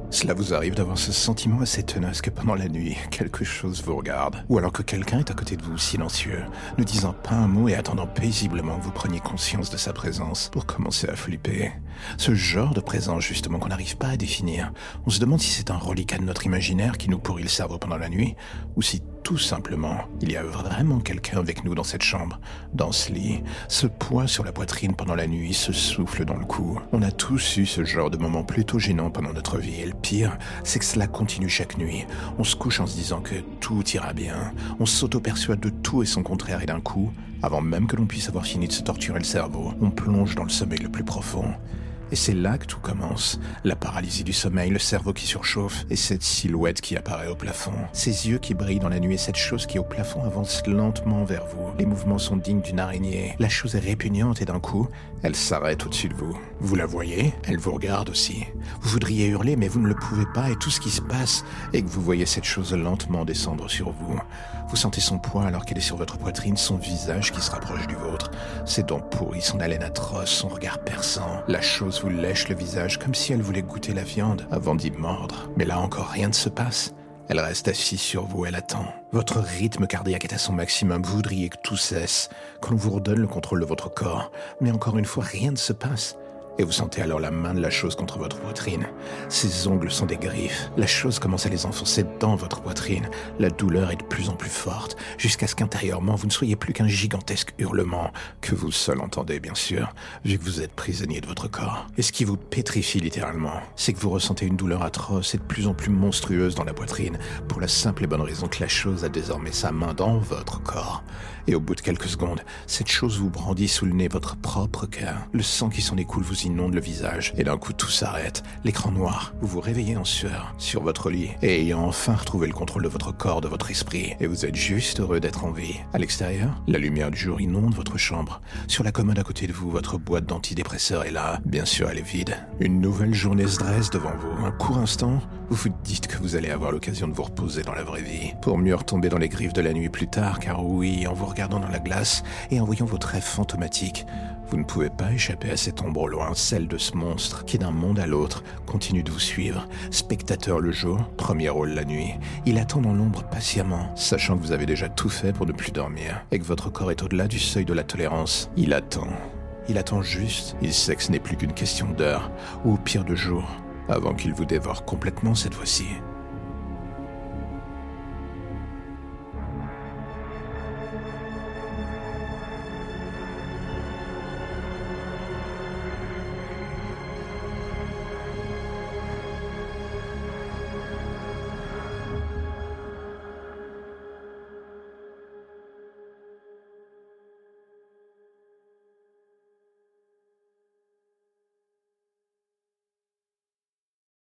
Cela vous arrive d'avoir ce sentiment assez tenace que pendant la nuit, quelque chose vous regarde, ou alors que quelqu'un est à côté de vous silencieux, ne disant pas un mot et attendant paisiblement que vous preniez conscience de sa présence pour commencer à flipper. Ce genre de présence justement qu'on n'arrive pas à définir. On se demande si c'est un reliquat de notre imaginaire qui nous pourrit le cerveau pendant la nuit, ou si tout simplement, il y a vraiment quelqu'un avec nous dans cette chambre, dans ce lit, ce poids sur la poitrine pendant la nuit, ce souffle dans le cou. On a tous eu ce genre de moments plutôt gênants pendant notre vie, et le pire, c'est que cela continue chaque nuit. On se couche en se disant que tout ira bien, on s'auto-persuade de tout et son contraire, et d'un coup, avant même que l'on puisse avoir fini de se torturer le cerveau, on plonge dans le sommeil le plus profond. Et c'est là que tout commence. La paralysie du sommeil, le cerveau qui surchauffe, et cette silhouette qui apparaît au plafond. Ces yeux qui brillent dans la nuit et cette chose qui au plafond avance lentement vers vous. Les mouvements sont dignes d'une araignée. La chose est répugnante et d'un coup, elle s'arrête au-dessus de vous. Vous la voyez, elle vous regarde aussi. Vous voudriez hurler mais vous ne le pouvez pas et tout ce qui se passe est que vous voyez cette chose lentement descendre sur vous. Vous sentez son poids alors qu'elle est sur votre poitrine, son visage qui se rapproche du vôtre. Ses dents pourries, son haleine atroce, son regard perçant. La chose vous lèche le visage comme si elle voulait goûter la viande avant d'y mordre. Mais là encore, rien ne se passe. Elle reste assise sur vous, elle attend. Votre rythme cardiaque est à son maximum, vous voudriez que tout cesse, qu'on vous redonne le contrôle de votre corps. Mais encore une fois, rien ne se passe. Et vous sentez alors la main de la chose contre votre poitrine. Ses ongles sont des griffes. La chose commence à les enfoncer dans votre poitrine. La douleur est de plus en plus forte, jusqu'à ce qu'intérieurement, vous ne soyez plus qu'un gigantesque hurlement, que vous seul entendez bien sûr, vu que vous êtes prisonnier de votre corps. Et ce qui vous pétrifie littéralement, c'est que vous ressentez une douleur atroce et de plus en plus monstrueuse dans la poitrine, pour la simple et bonne raison que la chose a désormais sa main dans votre corps. Et au bout de quelques secondes, cette chose vous brandit sous le nez votre propre cœur. Le sang qui s'en écoule vous inonde le visage, et d'un coup tout s'arrête. L'écran noir, vous vous réveillez en sueur, sur votre lit, et ayant enfin retrouvé le contrôle de votre corps, de votre esprit, et vous êtes juste heureux d'être en vie. À l'extérieur, la lumière du jour inonde votre chambre. Sur la commode à côté de vous, votre boîte d'antidépresseurs est là. Bien sûr, elle est vide. Une nouvelle journée se dresse devant vous. Un court instant, vous vous dites que vous allez avoir l'occasion de vous reposer dans la vraie vie, pour mieux retomber dans les griffes de la nuit plus tard, car oui, en vous regardant dans la glace et en voyant votre rêve fantomatique, vous ne pouvez pas échapper à cette ombre au loin, celle de ce monstre qui d'un monde à l'autre continue de vous suivre. Spectateur le jour, premier rôle la nuit. Il attend dans l'ombre patiemment, sachant que vous avez déjà tout fait pour ne plus dormir et que votre corps est au-delà du seuil de la tolérance. Il attend. Il attend juste. Il sait que ce n'est plus qu'une question d'heure, ou au pire de jours, avant qu'il vous dévore complètement cette fois-ci.